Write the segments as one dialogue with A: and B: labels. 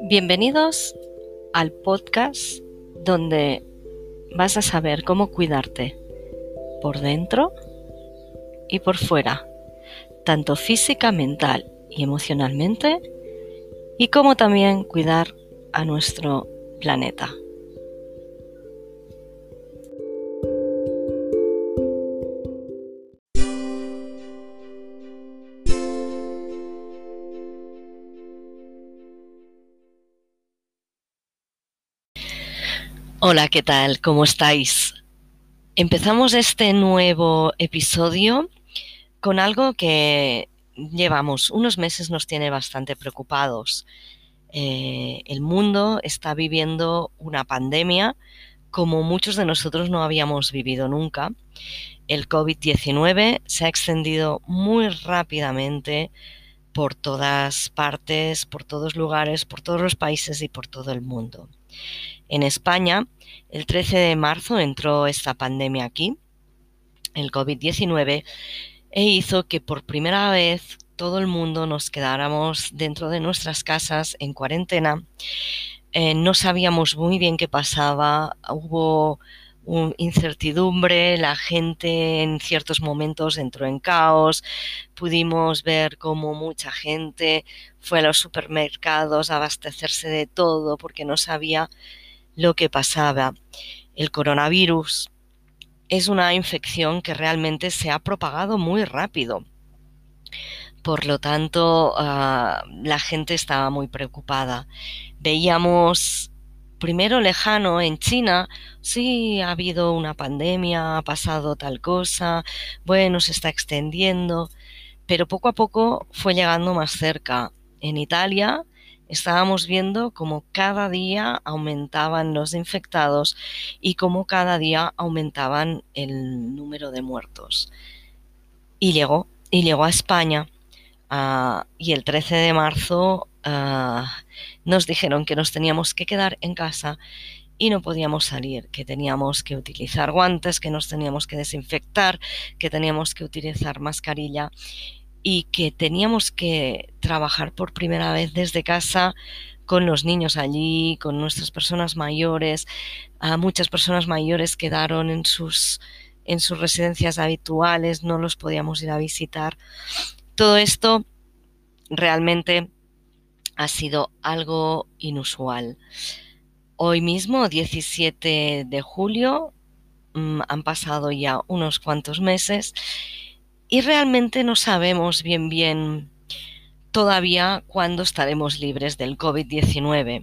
A: Bienvenidos al podcast donde vas a saber cómo cuidarte por dentro y por fuera, tanto física, mental y emocionalmente, y cómo también cuidar a nuestro planeta. Hola, ¿qué tal? ¿Cómo estáis? Empezamos este nuevo episodio con algo que llevamos unos meses, nos tiene bastante preocupados. El mundo está viviendo una pandemia como muchos de nosotros no habíamos vivido nunca. El COVID-19 se ha extendido muy rápidamente por todas partes, por todos lugares, por todos los países y por todo el mundo. En España, el 13 de marzo entró esta pandemia aquí, el COVID-19, e hizo que por primera vez todo el mundo nos quedáramos dentro de nuestras casas en cuarentena. No sabíamos muy bien qué pasaba, hubo incertidumbre, la gente en ciertos momentos entró en caos, pudimos ver cómo mucha gente fue a los supermercados a abastecerse de todo porque no sabía lo que pasaba. El coronavirus es una infección que realmente se ha propagado muy rápido. Por lo tanto, la gente estaba muy preocupada. Veíamos primero lejano en China, sí, ha habido una pandemia, ha pasado tal cosa, bueno, se está extendiendo, pero poco a poco fue llegando más cerca. En Italia estábamos viendo cómo cada día aumentaban los infectados y cómo cada día aumentaban el número de muertos. Y llegó a España. Y el 13 de marzo nos dijeron que nos teníamos que quedar en casa y no podíamos salir, que teníamos que utilizar guantes, que nos teníamos que desinfectar, que teníamos que utilizar mascarilla y que teníamos que trabajar por primera vez desde casa con los niños allí, con nuestras personas mayores. Muchas personas mayores quedaron en sus residencias habituales, no los podíamos ir a visitar. Todo esto realmente ha sido algo inusual. Hoy mismo, 17 de julio, han pasado ya unos cuantos meses y realmente no sabemos bien todavía cuándo estaremos libres del COVID-19.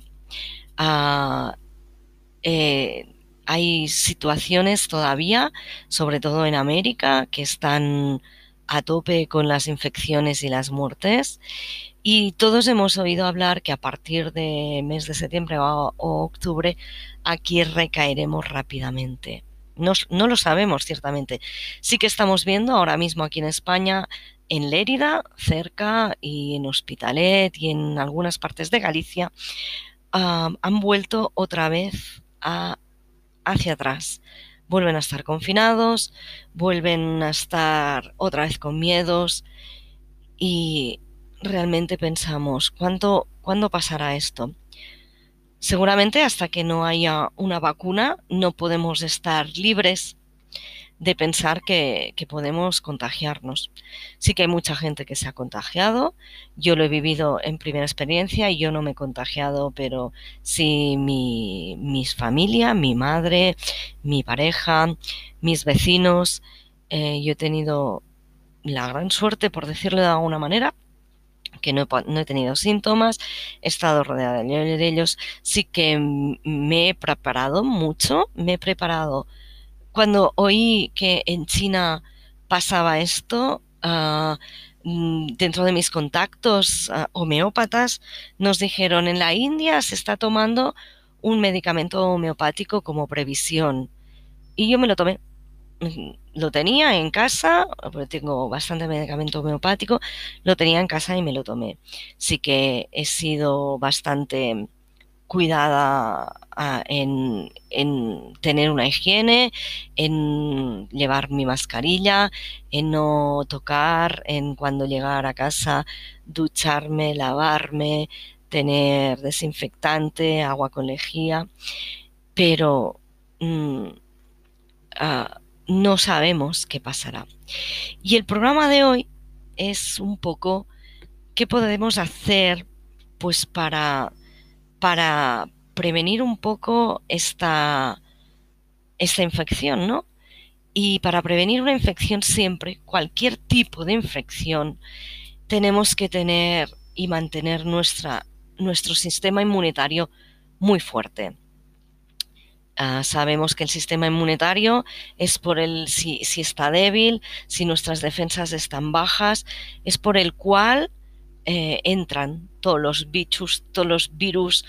A: Hay situaciones todavía, sobre todo en América, que están a tope con las infecciones y las muertes. Y todos hemos oído hablar que a partir de mes de septiembre o octubre aquí recaeremos rápidamente. No lo sabemos ciertamente. Sí que estamos viendo ahora mismo aquí en España, en Lérida, cerca, y en Hospitalet y en algunas partes de Galicia, han vuelto otra vez hacia atrás. Vuelven a estar confinados, vuelven a estar otra vez con miedos y realmente pensamos, ¿cuándo pasará esto? Seguramente hasta que no haya una vacuna no podemos estar libres de pensar que podemos contagiarnos. Sí que hay mucha gente que se ha contagiado, yo lo he vivido en primera experiencia y yo no me he contagiado, pero sí mi familia, mi madre, mi pareja, mis vecinos. Yo he tenido la gran suerte, por decirlo de alguna manera, que no he tenido síntomas, he estado rodeada de ellos, sí que me he preparado mucho, me he preparado. Cuando oí que en China pasaba esto, dentro de mis contactos homeópatas nos dijeron, en la India se está tomando un medicamento homeopático como previsión. Y yo me lo tomé. Lo tenía en casa, porque tengo bastante medicamento homeopático, lo tenía en casa y me lo tomé. Sí que he sido bastante cuidada en tener una higiene, en llevar mi mascarilla, en no tocar, en cuando llegar a casa ducharme, lavarme, tener desinfectante, agua con lejía, pero no sabemos qué pasará. Y el programa de hoy es un poco qué podemos hacer pues para prevenir un poco esta infección, ¿no? Y para prevenir una infección siempre, cualquier tipo de infección, tenemos que tener y mantener nuestro sistema inmunitario muy fuerte. Sabemos que el sistema inmunitario es por si está débil, si nuestras defensas están bajas, es por el cual entran todos los bichos, todos los virus,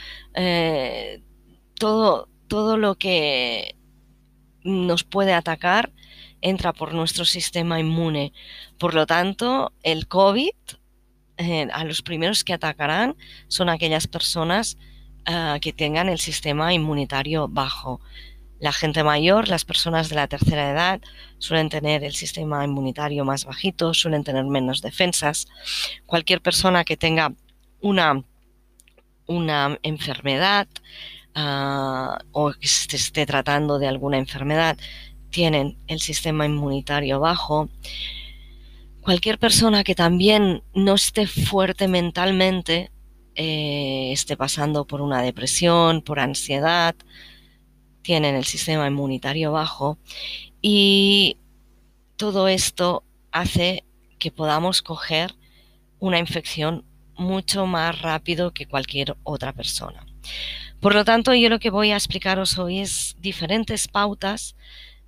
A: todo lo que nos puede atacar entra por nuestro sistema inmune. Por lo tanto, el COVID, a los primeros que atacarán son aquellas personas que tengan el sistema inmunitario bajo. La gente mayor, las personas de la tercera edad, suelen tener el sistema inmunitario más bajito, suelen tener menos defensas. Cualquier persona que tenga una enfermedad o que se esté tratando de alguna enfermedad, tienen el sistema inmunitario bajo. Cualquier persona que también no esté fuerte mentalmente, esté pasando por una depresión, por ansiedad, tienen el sistema inmunitario bajo, y todo esto hace que podamos coger una infección mucho más rápido que cualquier otra persona. Por lo tanto, yo lo que voy a explicaros hoy es diferentes pautas,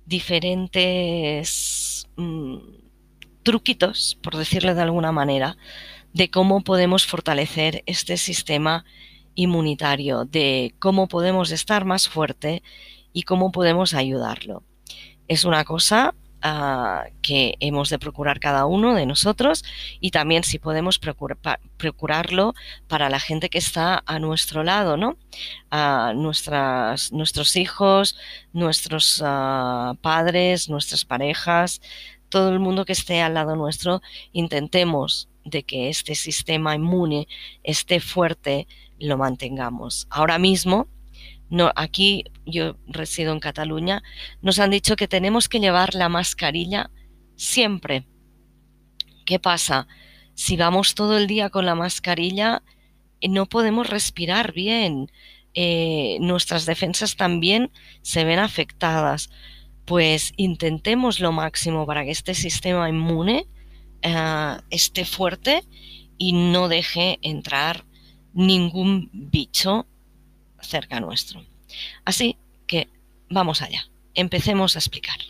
A: diferentes truquitos, por decirlo de alguna manera, de cómo podemos fortalecer este sistema inmunitario, de cómo podemos estar más fuerte y cómo podemos ayudarlo. Es una cosa que hemos de procurar cada uno de nosotros, y también si podemos procurarlo para la gente que está a nuestro lado, ¿no? Nuestros hijos, nuestros padres, nuestras parejas, todo el mundo que esté al lado nuestro, intentemos de que este sistema inmune esté fuerte, lo mantengamos. Ahora mismo, no, aquí yo resido en Cataluña, nos han dicho que tenemos que llevar la mascarilla siempre. ¿Qué pasa? Si vamos todo el día con la mascarilla, no podemos respirar bien. Nuestras defensas también se ven afectadas. Pues intentemos lo máximo para que este sistema inmune esté fuerte y no deje entrar ningún bicho cerca nuestro. Así que vamos allá, empecemos a explicar.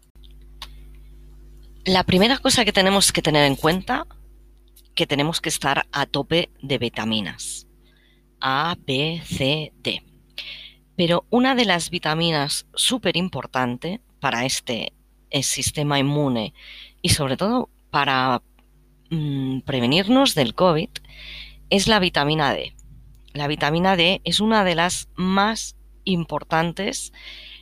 A: La primera cosa que tenemos que tener en cuenta, que tenemos que estar a tope de vitaminas, A, B, C, D. Pero una de las vitaminas súper importante para este sistema inmune y sobre todo para prevenirnos del COVID es la vitamina D. La vitamina D es una de las más importantes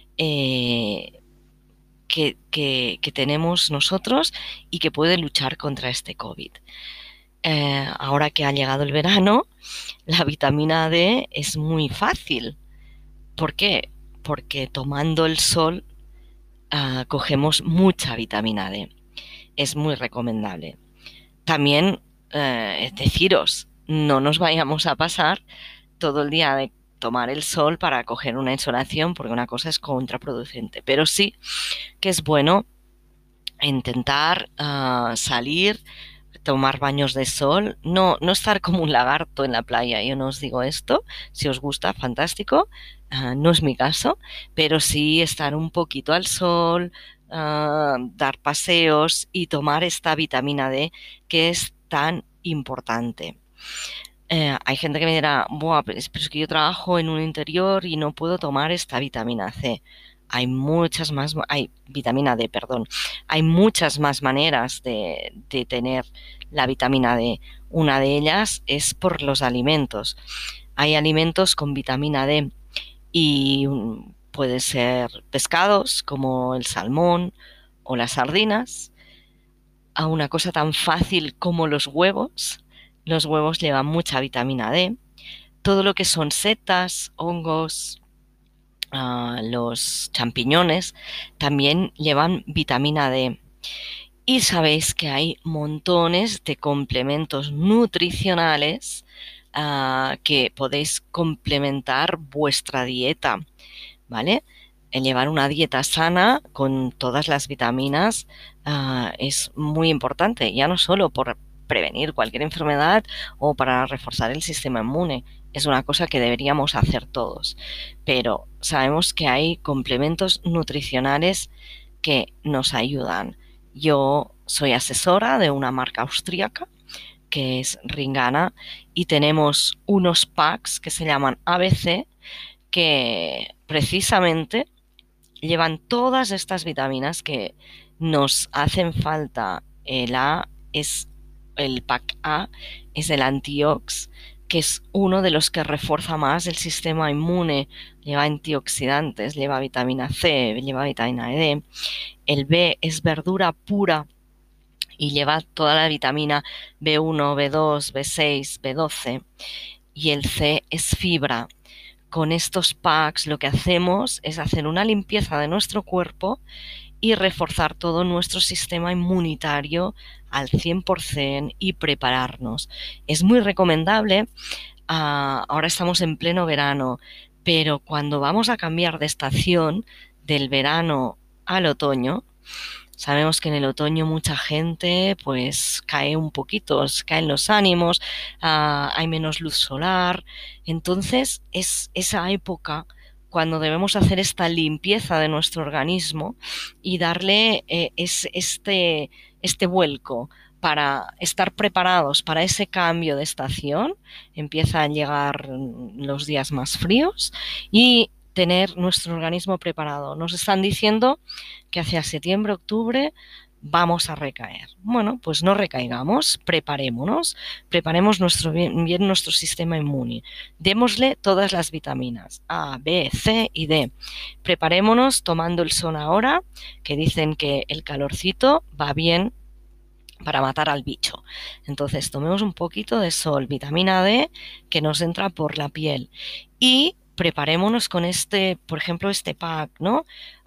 A: que tenemos nosotros y que puede luchar contra este COVID. Ahora que ha llegado el verano, la vitamina D es muy fácil. ¿Por qué? Porque tomando el sol cogemos mucha vitamina D. Es muy recomendable. También deciros, no nos vayamos a pasar todo el día de tomar el sol para coger una insolación, porque una cosa es contraproducente, pero sí que es bueno intentar salir, tomar baños de sol, no estar como un lagarto en la playa. Yo no os digo esto, si os gusta, fantástico, no es mi caso, pero sí estar un poquito al sol, dar paseos y tomar esta vitamina D que es tan importante. Hay gente que me dirá, buah, pero es que yo trabajo en un interior y no puedo tomar esta vitamina C. Hay vitamina D, perdón. Hay muchas más maneras de tener la vitamina D. Una de ellas es por los alimentos. Hay alimentos con vitamina D y puede ser pescados como el salmón o las sardinas, a una cosa tan fácil como los huevos. Los huevos llevan mucha vitamina D. Todo lo que son setas, hongos, los champiñones, también llevan vitamina D. Y sabéis que hay montones de complementos nutricionales que podéis complementar vuestra dieta, ¿vale? El llevar una dieta sana con todas las vitaminas es muy importante, ya no solo por prevenir cualquier enfermedad o para reforzar el sistema inmune. Es una cosa que deberíamos hacer todos, pero sabemos que hay complementos nutricionales que nos ayudan. Yo soy asesora de una marca austríaca que es Ringana y tenemos unos packs que se llaman ABC que precisamente llevan todas estas vitaminas que nos hacen falta. El pack A es el antiox, que es uno de los que refuerza más el sistema inmune. Lleva antioxidantes, lleva vitamina C, lleva vitamina D. El B es verdura pura y lleva toda la vitamina B1, B2, B6, B12. Y el C es fibra. Con estos packs lo que hacemos es hacer una limpieza de nuestro cuerpo y reforzar todo nuestro sistema inmunitario al 100% y prepararnos. Es muy recomendable, ahora estamos en pleno verano, pero cuando vamos a cambiar de estación del verano al otoño, sabemos que en el otoño mucha gente pues cae un poquito, caen los ánimos, hay menos luz solar. Entonces es esa época cuando debemos hacer esta limpieza de nuestro organismo y darle este vuelco para estar preparados para ese cambio de estación. Empiezan a llegar los días más fríos y tener nuestro organismo preparado. Nos están diciendo que hacia septiembre, octubre vamos a recaer. Bueno, pues no recaigamos, preparemos bien nuestro sistema inmune. Démosle todas las vitaminas A, B, C y D. Preparémonos tomando el sol ahora, que dicen que el calorcito va bien para matar al bicho. Entonces tomemos un poquito de sol, vitamina D que nos entra por la piel y preparémonos con por ejemplo, este pack, ¿no?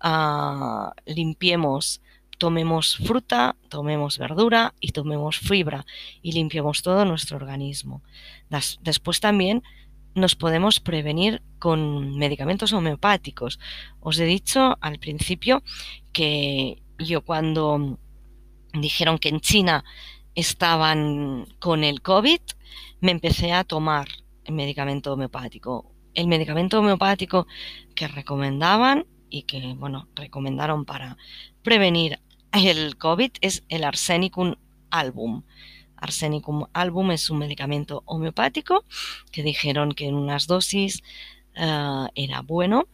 A: Limpiemos, tomemos fruta, tomemos verdura y tomemos fibra y limpiemos todo nuestro organismo. Después también nos podemos prevenir con medicamentos homeopáticos. Os he dicho al principio que yo cuando dijeron que en China estaban con el COVID, me empecé a tomar el medicamento homeopático. El medicamento homeopático que recomendaban y que, bueno, recomendaron para prevenir el COVID es el Arsenicum album. Arsenicum album es un medicamento homeopático que dijeron que en unas dosis era bueno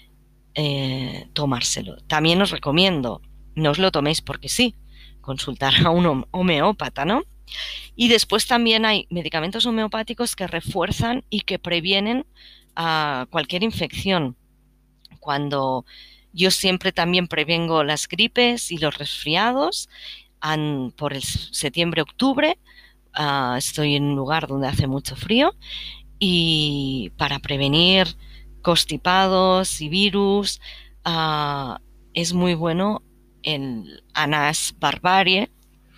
A: tomárselo. También os recomiendo, no os lo toméis porque sí, consultar a un homeópata, ¿no? Y después también hay medicamentos homeopáticos que refuerzan y que previenen cualquier infección. Cuando yo siempre también prevengo las gripes y los resfriados por el septiembre-octubre, estoy en un lugar donde hace mucho frío y para prevenir constipados y virus es muy bueno el Anas barbarie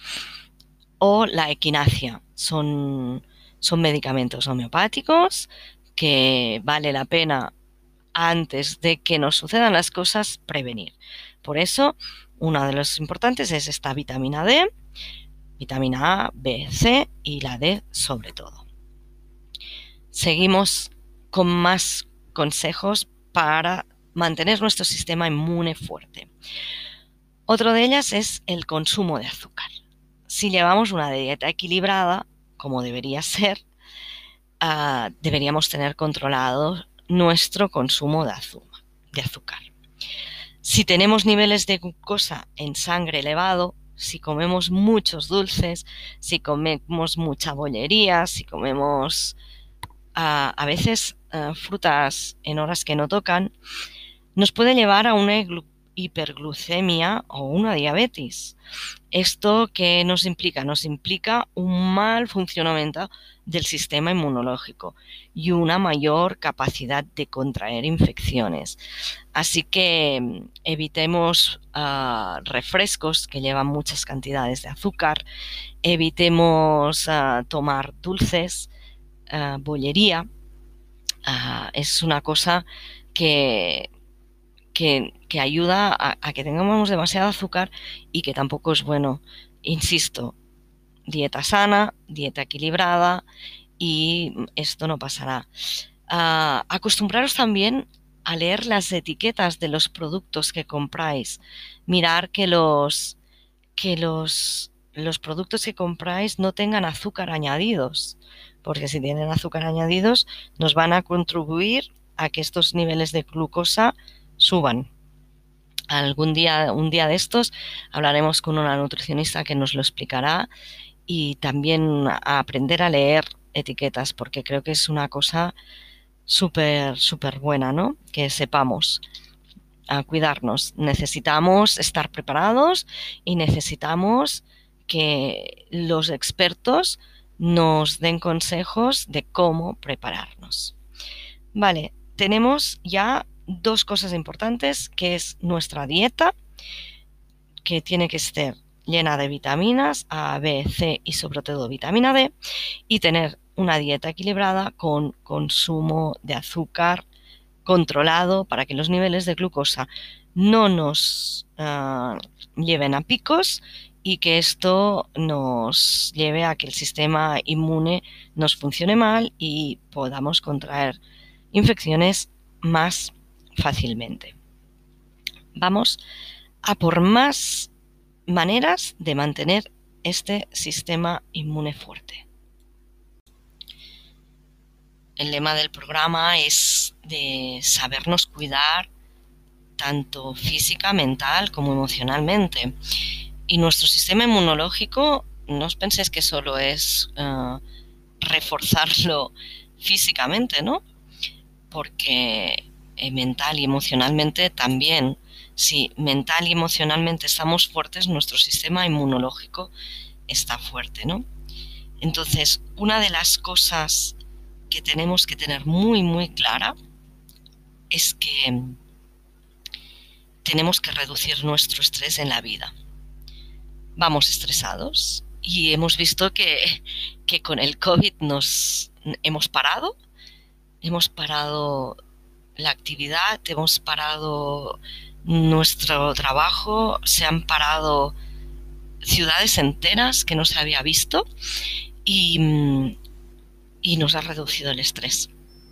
A: o la equinacia. Son medicamentos homeopáticos que vale la pena antes de que nos sucedan las cosas prevenir. Por eso, una de los importantes es esta vitamina D, vitamina A, B, C y la D sobre todo. Seguimos con más consejos para mantener nuestro sistema inmune fuerte. Otro de ellas es el consumo de azúcar. Si llevamos una dieta equilibrada, como debería ser, deberíamos tener controlado nuestro consumo de azúcar. Si tenemos niveles de glucosa en sangre elevado, si comemos muchos dulces, si comemos mucha bollería, si comemos a veces frutas en horas que no tocan, nos puede llevar a una hiperglucemia o una diabetes. ¿Esto qué nos implica? Nos implica un mal funcionamiento del sistema inmunológico y una mayor capacidad de contraer infecciones. Así que evitemos refrescos que llevan muchas cantidades de azúcar, evitemos tomar dulces, bollería. Es una cosa que ayuda a que tengamos demasiado azúcar y que tampoco es bueno. Insisto, dieta sana, dieta equilibrada y esto no pasará. Acostumbraros también a leer las etiquetas de los productos que compráis. Mirar que los productos que compráis no tengan azúcar añadidos, porque si tienen azúcar añadidos nos van a contribuir a que estos niveles de glucosa suban. Un día de estos hablaremos con una nutricionista que nos lo explicará, y también a aprender a leer etiquetas, porque creo que es una cosa súper buena, ¿no? Que sepamos a cuidarnos. Necesitamos estar preparados y necesitamos que los expertos nos den consejos de cómo prepararnos. Vale, tenemos ya dos cosas importantes, que es nuestra dieta, que tiene que estar llena de vitaminas A, B, C y sobre todo vitamina D, y tener una dieta equilibrada con consumo de azúcar controlado para que los niveles de glucosa no nos lleven a picos y que esto nos lleve a que el sistema inmune nos funcione mal y podamos contraer infecciones más fácilmente. Vamos a por más maneras de mantener este sistema inmune fuerte. El lema del programa es de sabernos cuidar tanto física, mental como emocionalmente. Y nuestro sistema inmunológico, no os penséis que solo es reforzarlo físicamente, ¿no? Porque mental y emocionalmente también. Si mental y emocionalmente estamos fuertes, nuestro sistema inmunológico está fuerte, ¿no? Entonces, una de las cosas que tenemos que tener muy clara es que tenemos que reducir nuestro estrés en la vida. Vamos estresados y hemos visto que con el COVID hemos parado la actividad, hemos parado nuestro trabajo, se han parado ciudades enteras que no se había visto y nos ha reducido el estrés.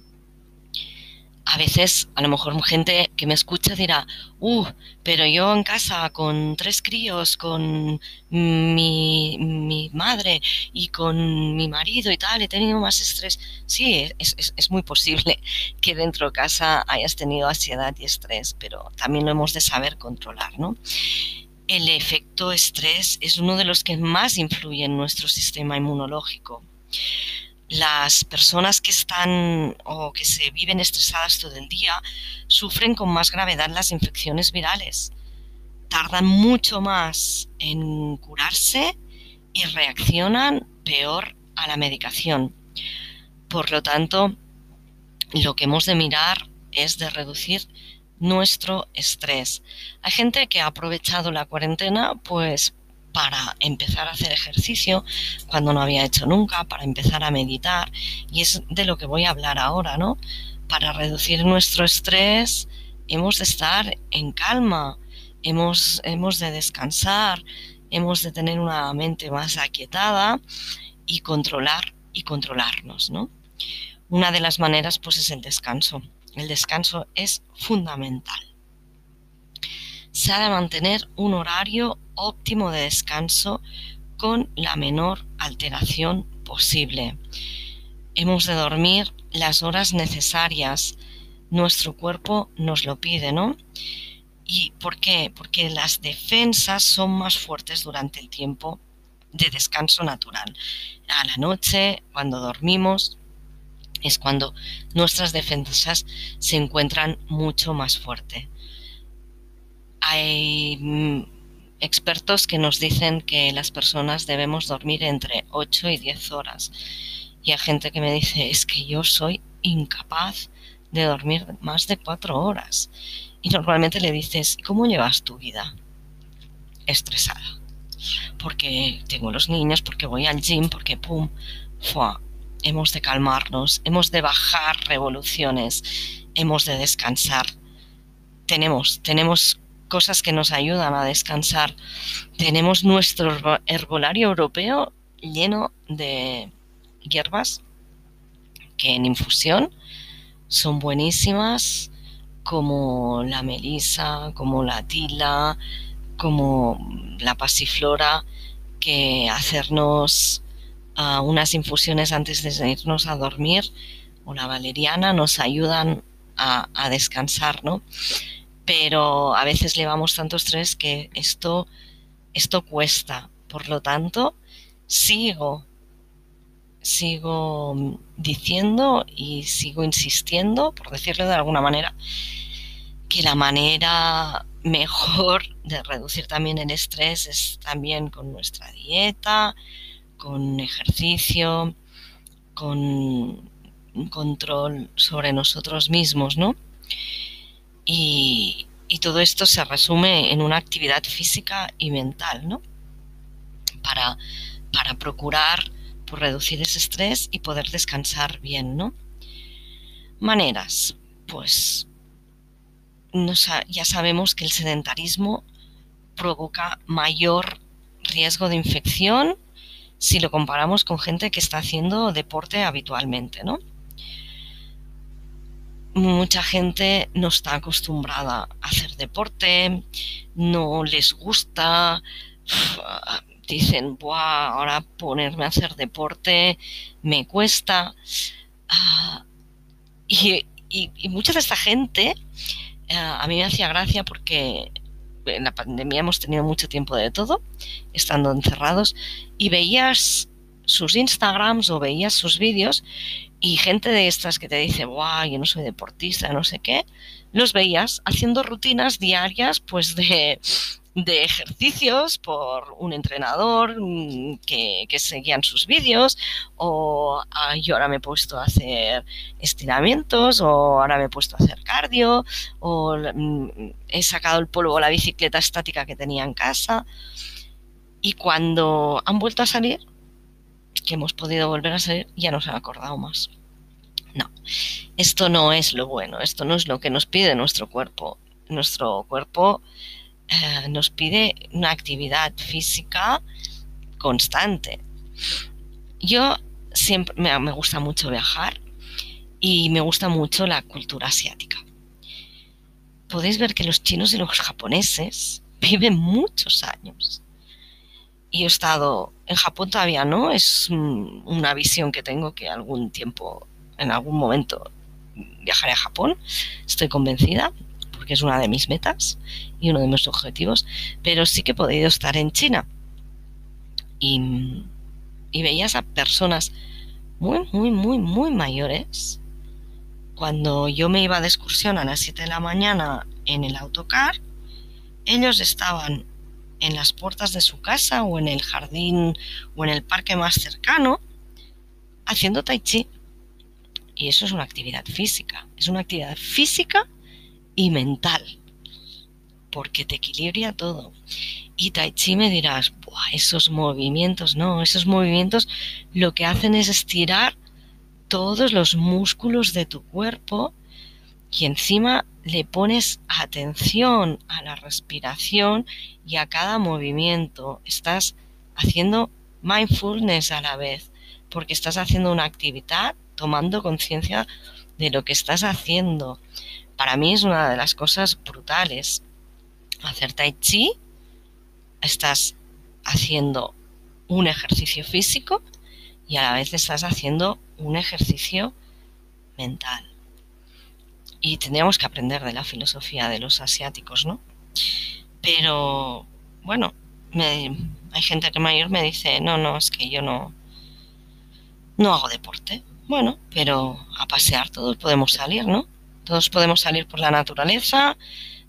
A: A veces, a lo mejor gente que me escucha dirá, pero yo en casa con 3 críos, con mi madre y con mi marido y tal, he tenido más estrés. Sí, es muy posible que dentro de casa hayas tenido ansiedad y estrés, pero también lo hemos de saber controlar, ¿no? El efecto estrés es uno de los que más influye en nuestro sistema inmunológico. Las personas que están o que se viven estresadas todo el día sufren con más gravedad las infecciones virales. Tardan mucho más en curarse y reaccionan peor a la medicación. Por lo tanto, lo que hemos de mirar es de reducir nuestro estrés. Hay gente que ha aprovechado la cuarentena pues para empezar a hacer ejercicio cuando no había hecho nunca, para empezar a meditar, y es de lo que voy a hablar ahora, ¿no? Para reducir nuestro estrés hemos de estar en calma, hemos de descansar, hemos de tener una mente más aquietada y controlarnos, ¿no? Una de las maneras pues es el descanso. El descanso es fundamental. Se ha de mantener un horario óptimo de descanso con la menor alteración posible. Hemos de dormir las horas necesarias. Nuestro cuerpo nos lo pide, ¿no? ¿Y por qué? Porque las defensas son más fuertes durante el tiempo de descanso natural. A la noche, cuando dormimos, es cuando nuestras defensas se encuentran mucho más fuertes. Hay expertos que nos dicen que las personas debemos dormir entre 8 y 10 horas. Y hay gente que me dice, es que yo soy incapaz de dormir más de 4 horas. Y normalmente le dices, ¿cómo llevas tu vida? Estresada. Porque tengo los niños, porque voy al gym, porque pum, ¡fua! Hemos de calmarnos, hemos de bajar revoluciones, hemos de descansar. Tenemos cosas que nos ayudan a descansar. Tenemos nuestro herbolario europeo lleno de hierbas que en infusión son buenísimas, como la melisa, como la tila, como la pasiflora, que hacernos unas infusiones antes de irnos a dormir, o la valeriana, nos ayudan a descansar, ¿no? Pero a veces llevamos tanto estrés que esto cuesta. Por lo tanto, sigo diciendo y sigo insistiendo, por decirlo de alguna manera, que la manera mejor de reducir también el estrés es también con nuestra dieta, con ejercicio, con un control sobre nosotros mismos, ¿no? Y todo esto se resume en una actividad física y mental, ¿no? Para procurar por reducir ese estrés y poder descansar bien, ¿no? Maneras, pues ya sabemos que el sedentarismo provoca mayor riesgo de infección si lo comparamos con gente que está haciendo deporte habitualmente, ¿no? Mucha gente no está acostumbrada a hacer deporte, no les gusta, dicen, buah, ahora ponerme a hacer deporte me cuesta. Y mucha de esta gente a mí me hacía gracia porque en la pandemia hemos tenido mucho tiempo de todo, estando encerrados, y veías sus Instagrams o veías sus vídeos y gente de estas que te dice, guau, yo no soy deportista, no sé qué, los veías haciendo rutinas diarias pues de ejercicios por un entrenador que seguían sus vídeos, o yo ahora me he puesto a hacer estiramientos, o ahora me he puesto a hacer cardio, o he sacado el polvo a la bicicleta estática que tenía en casa. Y cuando han vuelto a salir, que hemos podido volver a salir, ya no se han acordado más. No, esto no es lo bueno, esto no es lo que nos pide nuestro cuerpo. Nuestro cuerpo nos pide una actividad física constante. Yo siempre me gusta mucho viajar y me gusta mucho la cultura asiática. Podéis ver que los chinos y los japoneses viven muchos años. Y he estado en Japón, todavía no, es una visión que tengo, que algún tiempo, en algún momento, viajaré a Japón, estoy convencida, porque es una de mis metas y uno de mis objetivos, pero sí que he podido estar en China y veías a personas muy mayores. Cuando yo me iba de excursión a las 7 de la mañana en el autocar, ellos estaban en las puertas de su casa o en el jardín o en el parque más cercano haciendo tai chi. Y eso es una actividad física, y mental, porque te equilibra todo. Y tai chi me dirás, buah, esos movimientos, no, esos movimientos lo que hacen es estirar todos los músculos de tu cuerpo, y encima le pones atención a la respiración y a cada movimiento. Estás haciendo mindfulness a la vez, porque estás haciendo una actividad tomando conciencia de lo que estás haciendo. Para mí es una de las cosas brutales. Hacer tai chi, estás haciendo un ejercicio físico y a la vez estás haciendo un ejercicio mental. Y tendríamos que aprender de la filosofía de los asiáticos, ¿no? Pero, bueno, hay gente que mayor me dice, no, es que yo no hago deporte. Bueno, pero a pasear todos podemos salir, ¿no? Todos podemos salir por la naturaleza,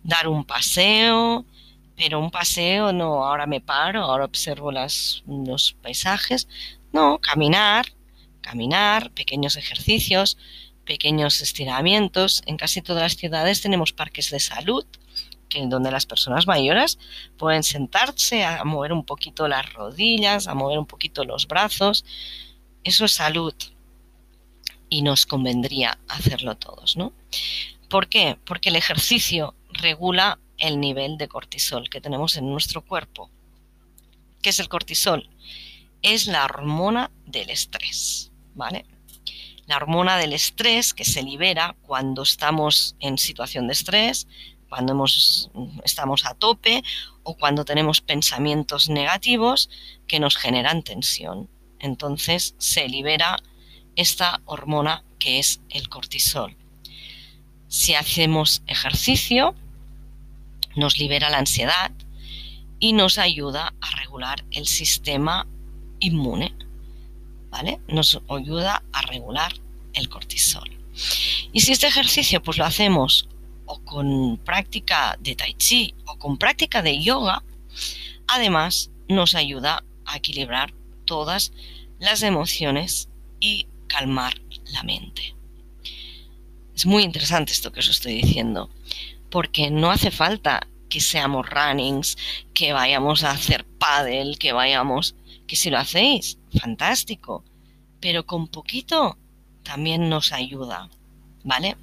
A: dar un paseo, pero un paseo no, ahora me paro, ahora observo los paisajes. No, caminar, pequeños ejercicios, pequeños estiramientos. En casi todas las ciudades tenemos parques de salud, donde las personas mayores pueden sentarse a mover un poquito las rodillas, a mover un poquito los brazos. Eso es salud y nos convendría hacerlo todos, ¿no? ¿Por qué? Porque el ejercicio regula el nivel de cortisol que tenemos en nuestro cuerpo. ¿Qué es el cortisol? Es la hormona del estrés, ¿vale? La hormona del estrés que se libera cuando estamos en situación de estrés, cuando estamos a tope o cuando tenemos pensamientos negativos que nos generan tensión. Entonces se libera esta hormona que es el cortisol. Si hacemos ejercicio, nos libera la ansiedad y nos ayuda a regular el sistema inmune, ¿vale? Nos ayuda a regular el cortisol. Y si este ejercicio pues lo hacemos o con práctica de tai chi o con práctica de yoga, además nos ayuda a equilibrar todas las emociones y calmar la mente. Es muy interesante esto que os estoy diciendo, porque no hace falta que seamos runnings, que vayamos a hacer pádel, que si lo hacéis, fantástico, pero con poquito también nos ayuda, ¿vale?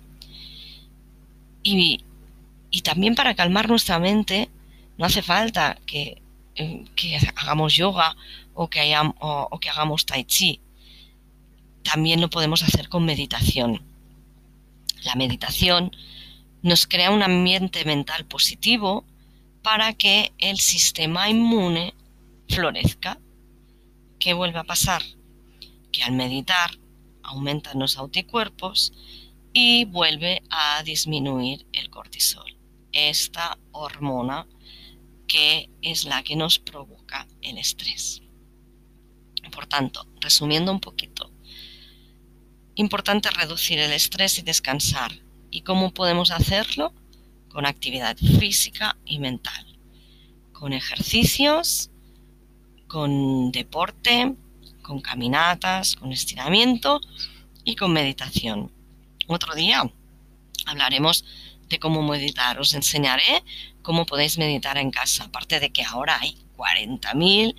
A: Y también para calmar nuestra mente no hace falta que hagamos yoga o que hagamos tai chi. También lo podemos hacer con meditación. La meditación nos crea un ambiente mental positivo para que el sistema inmune florezca. ¿Qué vuelve a pasar? Que al meditar aumentan los anticuerpos y vuelve a disminuir el cortisol, esta hormona que es la que nos provoca el estrés. Por tanto, resumiendo un poquito, importante reducir el estrés y descansar. ¿Y cómo podemos hacerlo? Con actividad física y mental, con ejercicios, con deporte, con caminatas, con estiramiento y con meditación. Otro día hablaremos de cómo meditar. Os enseñaré cómo podéis meditar en casa. Aparte de que ahora hay 40.000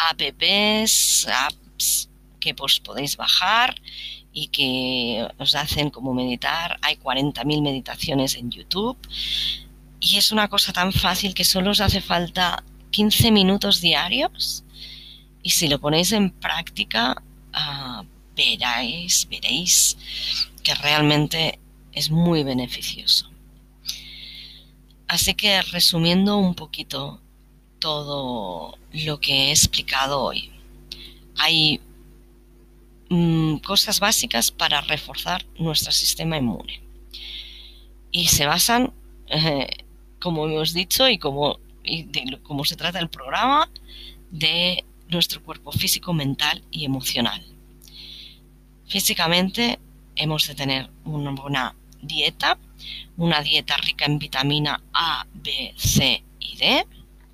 A: apps que pues podéis bajar y que os hacen como meditar. Hay 40.000 meditaciones en YouTube y es una cosa tan fácil que solo os hace falta 15 minutos diarios y si lo ponéis en práctica veréis que realmente es muy beneficioso. Así que resumiendo un poquito todo lo que he explicado hoy, hay cosas básicas para reforzar nuestro sistema inmune y se basan, como hemos dicho y como se trata el programa, de nuestro cuerpo físico, mental y emocional. Físicamente hemos de tener una buena dieta, una dieta rica en vitamina A, B, C y D.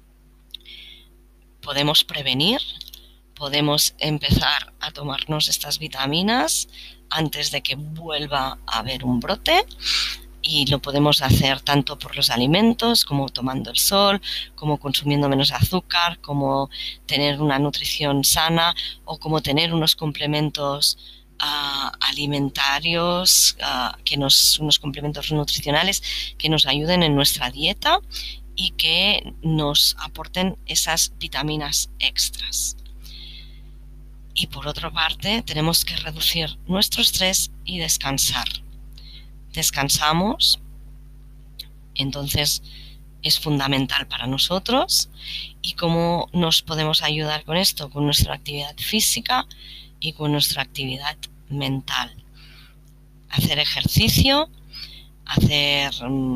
A: Podemos prevenir, podemos empezar a tomarnos estas vitaminas antes de que vuelva a haber un brote y lo podemos hacer tanto por los alimentos como tomando el sol, como consumiendo menos azúcar, como tener una nutrición sana o como tener unos complementos alimentarios, unos complementos nutricionales que nos ayuden en nuestra dieta y que nos aporten esas vitaminas extras. Y por otra parte, tenemos que reducir nuestro estrés y descansar. Descansamos, entonces es fundamental para nosotros. ¿Y cómo nos podemos ayudar con esto? Con nuestra actividad física y con nuestra actividad mental. Hacer ejercicio, hacer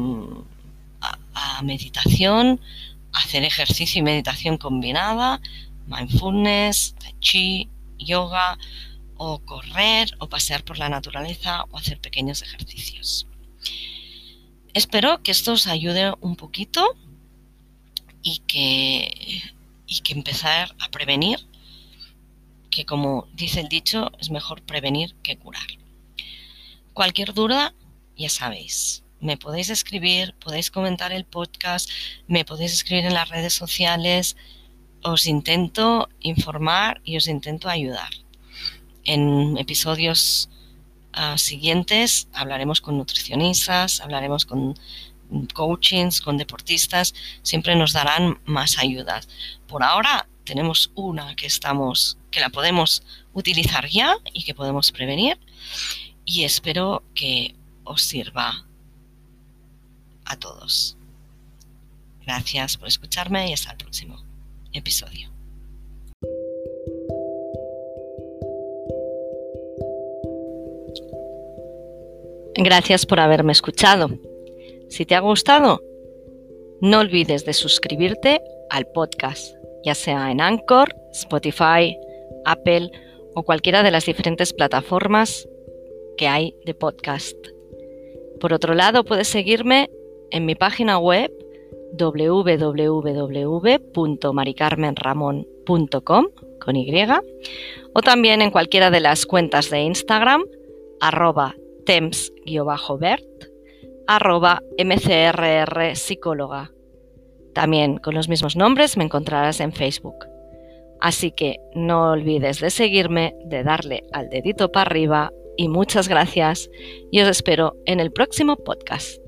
A: meditación, hacer ejercicio y meditación combinada, mindfulness, tai chi, yoga, o correr o pasear por la naturaleza o hacer pequeños ejercicios. Espero que esto os ayude un poquito y que empezar a prevenir, que como dice el dicho, es mejor prevenir que curar. Cualquier duda, ya sabéis, me podéis escribir, podéis comentar el podcast, me podéis escribir en las redes sociales, os intento informar y os intento ayudar. En episodios siguientes hablaremos con nutricionistas, hablaremos con coachings, con deportistas, siempre nos darán más ayudas. Por ahora tenemos una que la podemos utilizar ya y que podemos prevenir, y espero que os sirva a todos. Gracias por escucharme y hasta el próximo episodio. Gracias por haberme escuchado. Si te ha gustado, no olvides de suscribirte al podcast, ya sea en Anchor, Spotify, Apple o cualquiera de las diferentes plataformas que hay de podcast. Por otro lado, puedes seguirme en mi página web www.maricarmenramon.com con Y, o también en cualquiera de las cuentas de Instagram @temps_bert, @mcrrpsicóloga. También con los mismos nombres me encontrarás en Facebook. Así que no olvides de seguirme, de darle al dedito para arriba, y muchas gracias, y os espero en el próximo podcast.